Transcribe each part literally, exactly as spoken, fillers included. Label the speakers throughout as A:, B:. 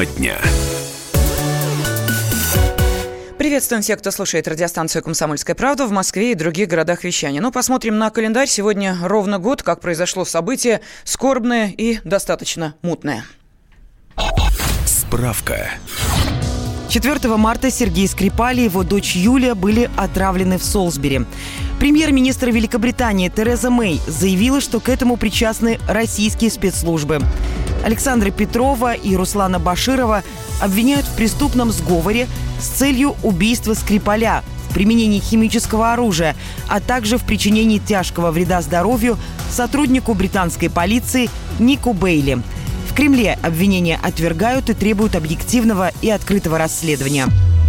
A: Тема дня.
B: Приветствуем всех, кто слушает радиостанцию «Комсомольская правда» в Москве и других городах вещания. Ну, посмотрим на календарь. Сегодня ровно год, как произошло событие скорбное и достаточно мутное.
A: Справка.
C: четвёртого марта Сергей Скрипаль и его дочь Юлия были отравлены в Солсбери. Премьер-министр Великобритании Тереза Мэй заявила, что к этому причастны российские спецслужбы. Александра Петрова и Руслана Баширова обвиняют в преступном сговоре с целью убийства Скрипаля, в применении химического оружия, а также в причинении тяжкого вреда здоровью сотруднику британской полиции Нику Бейли. В Кремле обвинения отвергают и требуют объективного и открытого расследования.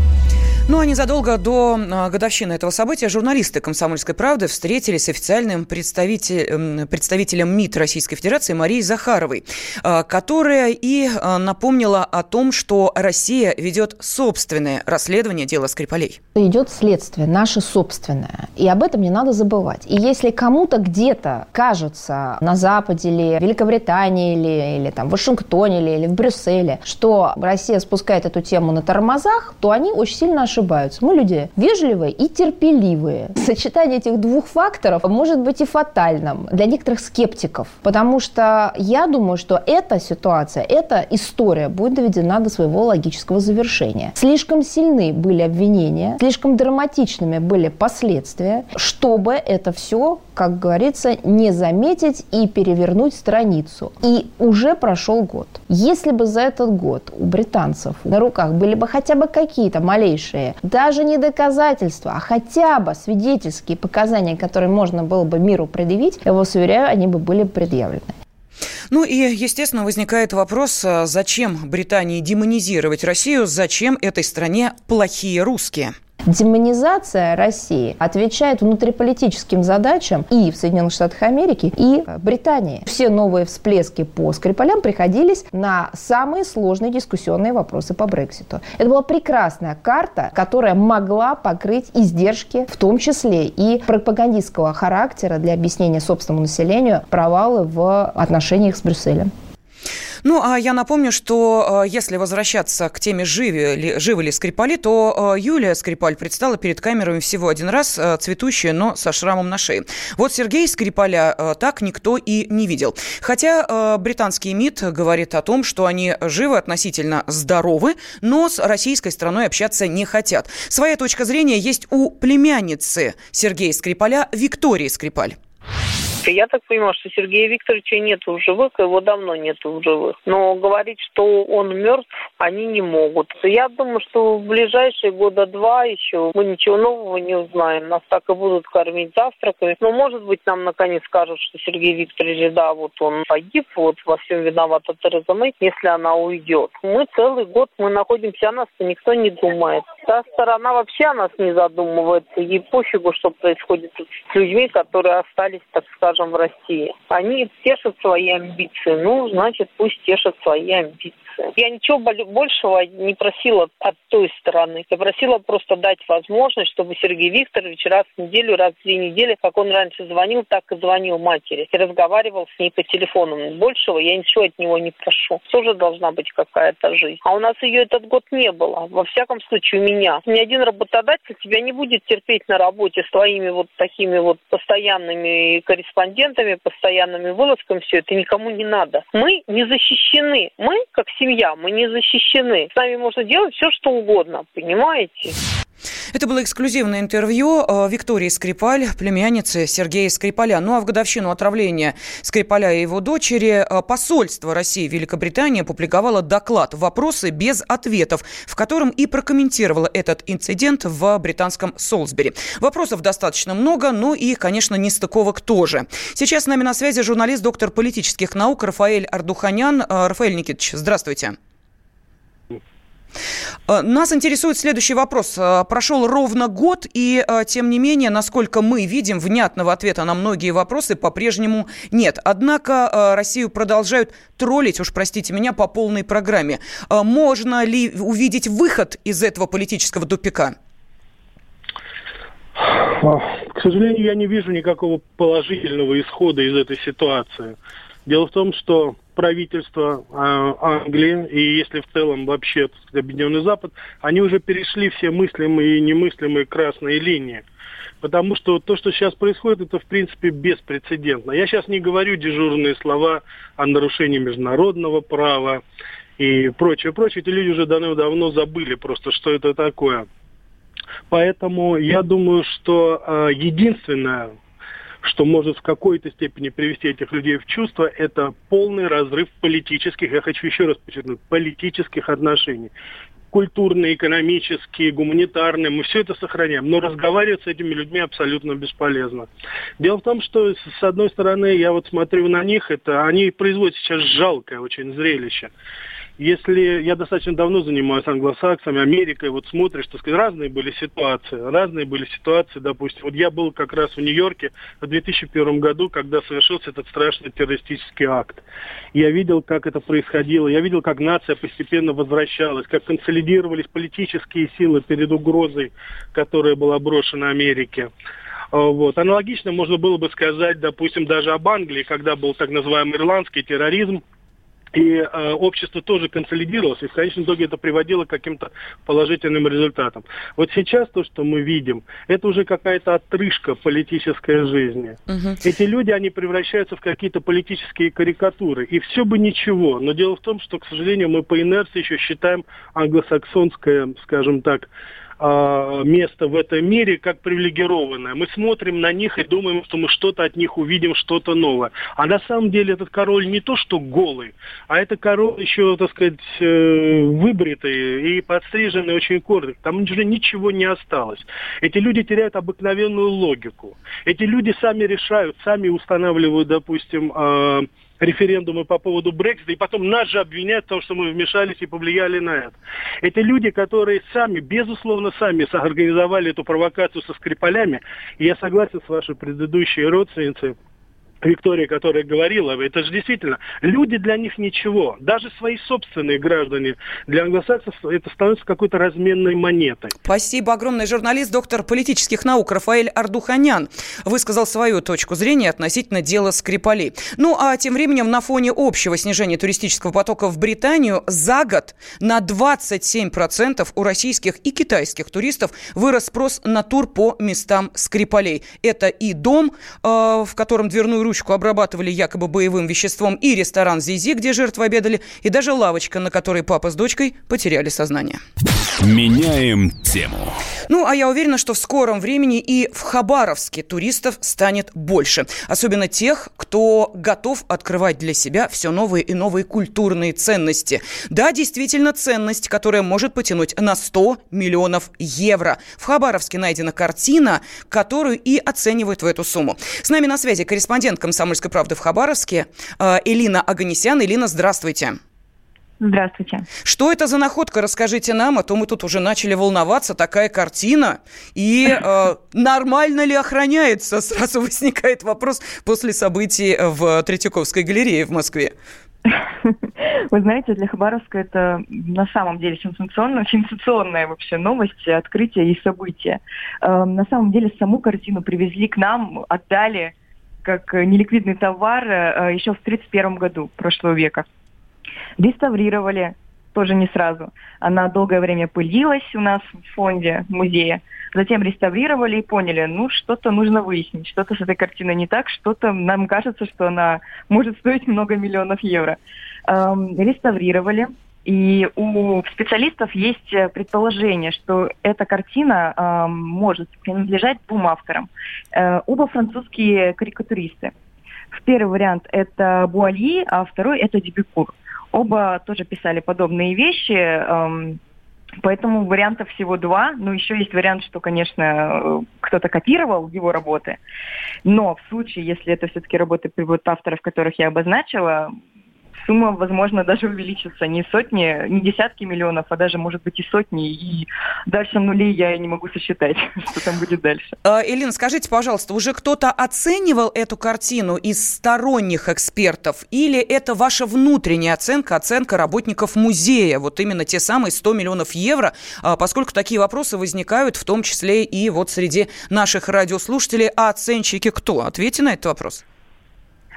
B: Ну а незадолго до годовщины этого события журналисты «Комсомольской правды» встретились с официальным представителем, представителем МИД Российской Федерации Марией Захаровой, которая и напомнила о том, что Россия ведет собственное расследование дела Скрипалей.
D: Идет следствие, наше собственное, и об этом не надо забывать. И если кому-то где-то кажется на Западе или в Великобритании, или, или там, в Вашингтоне, или, или в Брюсселе, что Россия спускает эту тему на тормозах, то они очень сильно ошибаются. ошибаются. Мы люди вежливые и терпеливые. Сочетание этих двух факторов может быть и фатальным для некоторых скептиков, потому что я думаю, что эта ситуация, эта история будет доведена до своего логического завершения. Слишком сильны были обвинения, слишком драматичными были последствия, чтобы это все, как говорится, не заметить и перевернуть страницу. И уже прошел год. Если бы за этот год у британцев на руках были бы хотя бы какие-то малейшие, даже не доказательства, а хотя бы свидетельские показания, которые можно было бы миру предъявить, я вас уверяю, они бы были предъявлены.
B: Ну и, естественно, возникает вопрос, зачем Британии демонизировать Россию, зачем этой стране плохие русские?
D: Демонизация России отвечает внутриполитическим задачам и в Соединенных Штатах Америки, и в Британии. Все новые всплески по Скрипалям приходились на самые сложные дискуссионные вопросы по Брекситу. Это была прекрасная карта, которая могла покрыть издержки, в том числе и пропагандистского характера для объяснения собственному населению провалы в отношениях с Брюсселем.
B: Ну, а я напомню, что если возвращаться к теме живы ли, живы ли Скрипали, то Юлия Скрипаль предстала перед камерами всего один раз, цветущая, но со шрамом на шее. Вот Сергея Скрипаля так никто и не видел. Хотя британский МИД говорит о том, что они живы, относительно здоровы, но с российской страной общаться не хотят. Своя точка зрения есть у племянницы Сергея Скрипаля Виктории Скрипаль.
E: Я так понимаю, что Сергея Викторовича нету в живых, его давно нету в живых. Но говорить, что он мертв, они не могут. Я думаю, что в ближайшие года два еще мы ничего нового не узнаем. Нас так и будут кормить завтраками. Но, может быть, нам наконец скажут, что Сергей Викторович, да, вот он погиб, вот во всем виновата Тереза Мэй, если она уйдет. Мы целый год, мы находимся, о нас-то никто не думает. Та сторона вообще о нас не задумывается. Ей пофигу, что происходит с людьми, которые остались, так сказать, в России. Они тешат свои амбиции. Ну, значит, пусть тешат свои амбиции. Я ничего большего не просила от той стороны. Я просила просто дать возможность, чтобы Сергей Викторович раз в неделю, раз в две недели, как он раньше звонил, так и звонил матери. И разговаривал с ней по телефону. Большего я ничего от него не прошу. Тоже должна быть какая-то жизнь. А у нас ее этот год не было. Во всяком случае, у меня. Ни один работодатель тебя не будет терпеть на работе с твоими вот такими вот постоянными корреспондентами, постоянными вылазками. Все это никому не надо. Мы не защищены. Мы, как семья, мы не защищены. С нами можно делать все, что угодно, понимаете?
B: Это было эксклюзивное интервью Виктории Скрипаль, племянницы Сергея Скрипаля. Ну а в годовщину отравления Скрипаля и его дочери посольство России в Великобритании опубликовало доклад «Вопросы без ответов», в котором и прокомментировало этот инцидент в британском Солсбери. Вопросов достаточно много, но и, конечно, нестыковок тоже. Сейчас с нами на связи журналист, доктор политических наук Рафаэль Ардуханян. Рафаэль Никитович, здравствуйте. Нас интересует следующий вопрос. Прошел ровно год, и, тем не менее, насколько мы видим, внятного ответа на многие вопросы по-прежнему нет. Однако Россию продолжают троллить, уж простите меня, по полной программе. Можно ли увидеть выход из этого политического тупика?
F: К сожалению, я не вижу никакого положительного исхода из этой ситуации. Дело в том, что
A: правительство Англии, и если в целом вообще, так сказать, Объединенный Запад, они уже перешли все мыслимые и немыслимые красные линии. Потому что то, что сейчас происходит, это, в принципе, беспрецедентно. Я сейчас не говорю дежурные слова о нарушении международного права и прочее, прочее. Эти люди уже давно-давно забыли просто, что это такое. Поэтому я думаю, что э, единственное, что может в какой-то степени привести этих людей в чувство, это полный разрыв политических, я хочу еще раз подчеркнуть, политических отношений. Культурные, экономические, гуманитарные, мы все это сохраняем. Но разговаривать с этими людьми абсолютно бесполезно. Дело в том, что, с одной стороны, я вот смотрю на них, это они производят сейчас жалкое очень зрелище. Если я достаточно давно занимаюсь англосаксами, Америкой, вот смотришь, так сказать, разные были ситуации, разные были ситуации, допустим, вот я был как раз в Нью-Йорке в две тысячи первом году, когда совершился этот страшный террористический акт. Я видел, как это происходило, я видел, как нация постепенно возвращалась, как консолидировались политические силы перед угрозой, которая была брошена Америке. Вот. Аналогично можно было бы сказать, допустим, даже об Англии, когда был так называемый ирландский терроризм, и э, общество тоже консолидировалось, и в конечном итоге это приводило к каким-то положительным результатам. Вот сейчас то, что мы видим, это уже какая-то отрыжка политической жизни. Uh-huh. Эти люди, они превращаются в какие-то политические карикатуры. И все бы ничего, но дело в том, что, к сожалению, мы по инерции еще считаем англосаксонское, скажем так, место в этом мире как привилегированное. Мы смотрим на них и думаем, что мы что-то от них увидим, что-то новое. А на самом деле этот король не то что голый, а это король еще, так сказать, выбритый и подстриженный очень коротко. Там уже ничего не осталось. Эти люди теряют обыкновенную логику. Эти люди сами решают, сами устанавливают, допустим, референдумы по поводу Брексита, и потом нас же обвиняют в том, что мы вмешались и повлияли на это. Это люди, которые сами, безусловно, сами организовали эту провокацию со Скрипалями, и я согласен с вашей предыдущей родственницей, Виктория, которая говорила, это же действительно, люди для них ничего. Даже свои собственные граждане для англосаксов это становится какой-то разменной монетой.
B: Спасибо огромное. Журналист, доктор политических наук Рафаэль Ардуханян высказал свою точку зрения относительно дела Скрипалей. Ну, а тем временем на фоне общего снижения туристического потока в Британию за год на двадцать семь процентов у российских и китайских туристов вырос спрос на тур по местам Скрипалей. Это и дом, э, в котором дверную ручку обрабатывали якобы боевым веществом, и ресторан «Зизи», где жертвы обедали, и даже лавочка, на которой папа с дочкой потеряли сознание.
F: Меняем тему.
B: Ну, а я уверена, что в скором времени и в Хабаровске туристов станет больше. Особенно тех, кто готов открывать для себя все новые и новые культурные ценности. Да, действительно, ценность, которая может потянуть на сто миллионов евро. В Хабаровске найдена картина, которую и оценивают в эту сумму. С нами на связи корреспондент «Комсомольской правды» в Хабаровске Элина Оганесян. Элина, здравствуйте.
G: Здравствуйте.
B: Что это за находка? Расскажите нам, а то мы тут уже начали волноваться. Такая картина. И э, нормально ли охраняется? Сразу возникает вопрос после событий в Третьяковской галерее в Москве.
G: Вы знаете, для Хабаровска это на самом деле сенсационная, сенсационная вообще новость, открытие и событие. Э, на самом деле саму картину привезли к нам, отдали как неликвидный товар э, еще в тридцать первом году прошлого века. Реставрировали, тоже не сразу. Она долгое время пылилась у нас в фонде музея. Затем реставрировали и поняли, ну, что-то нужно выяснить. Что-то с этой картиной не так, что-то нам кажется, что она может стоить много миллионов евро. Эм, реставрировали. И у специалистов есть предположение, что эта картина э, может принадлежать двум авторам. Э, оба французские карикатуристы. Первый вариант – это Буали, а второй – это Дебюкур. Оба тоже писали подобные вещи, эм, поэтому вариантов всего два. Ну, еще есть вариант, что, конечно, кто-то копировал его работы. Но в случае, если это все-таки работы авторов, которых я обозначила, сумма, возможно, даже увеличится не сотни, не десятки миллионов, а даже, может быть, и сотни. И дальше нулей я не могу сосчитать, что там будет дальше.
B: Элина, скажите, пожалуйста, уже кто-то оценивал эту картину из сторонних экспертов? Или это ваша внутренняя оценка, оценка работников музея? Вот именно те самые сто миллионов евро, поскольку такие вопросы возникают, в том числе и вот среди наших радиослушателей. А оценщики кто? Ответьте на этот вопрос.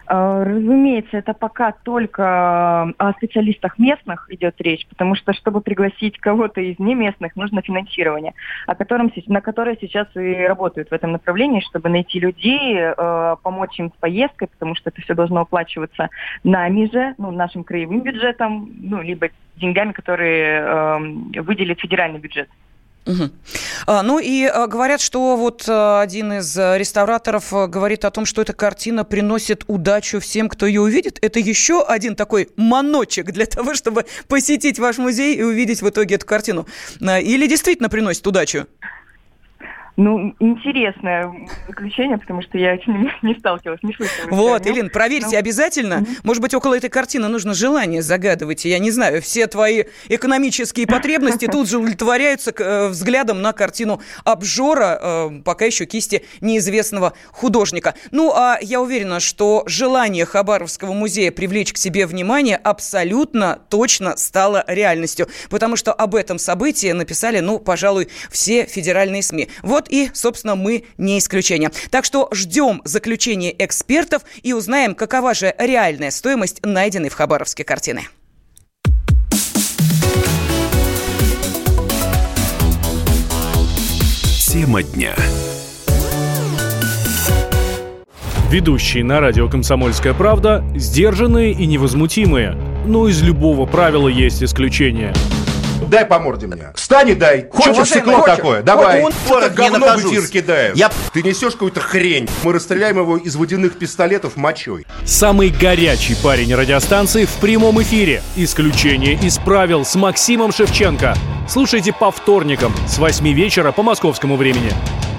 G: Разумеется, это пока только о специалистах местных идет речь, потому что, чтобы пригласить кого-то из неместных, нужно финансирование, о котором, на которое сейчас и работают в этом направлении, чтобы найти людей, помочь им с поездкой, потому что это все должно оплачиваться нами же, ну, нашим краевым бюджетом, ну, либо деньгами, которые выделит федеральный бюджет.
B: Угу. А, ну и а, говорят, что вот а, один из а, реставраторов а, говорит о том, что эта картина приносит удачу всем, кто ее увидит. Это еще один такой маночек для того, чтобы посетить ваш музей и увидеть в итоге эту картину. А, или действительно приносит удачу?
G: Ну, интересное заключение, потому что я не, не сталкивалась, не слышала.
B: Вот, Илин, проверьте ну, обязательно. Mm-hmm. Может быть, около этой картины нужно желание загадывать. Я не знаю, все твои экономические потребности тут же удовлетворяются э, взглядом на картину обжора, э, пока еще кисти неизвестного художника. Ну, а я уверена, что желание Хабаровского музея привлечь к себе внимание абсолютно точно стало реальностью, потому что об этом событии написали, ну, пожалуй, все федеральные СМИ. Вот и, собственно, мы не исключение. Так что ждем заключения экспертов и узнаем, какова же реальная стоимость найденной в Хабаровске картины.
F: Тема дня.
H: Ведущие на радио «Комсомольская правда» сдержанные и невозмутимые. Но из любого правила есть исключение.
I: Дай по морде мне. Встань и дай. Хочешь Чего, стекло хочешь? Такое? Давай. Вот он, говно в эфир кидаешь. Я... Ты несешь какую-то хрень. Мы расстреляем его из водяных пистолетов мочой.
H: Самый горячий парень радиостанции в прямом эфире. Исключение из правил с Максимом Шевченко. Слушайте по вторникам с восьми вечера по московскому времени.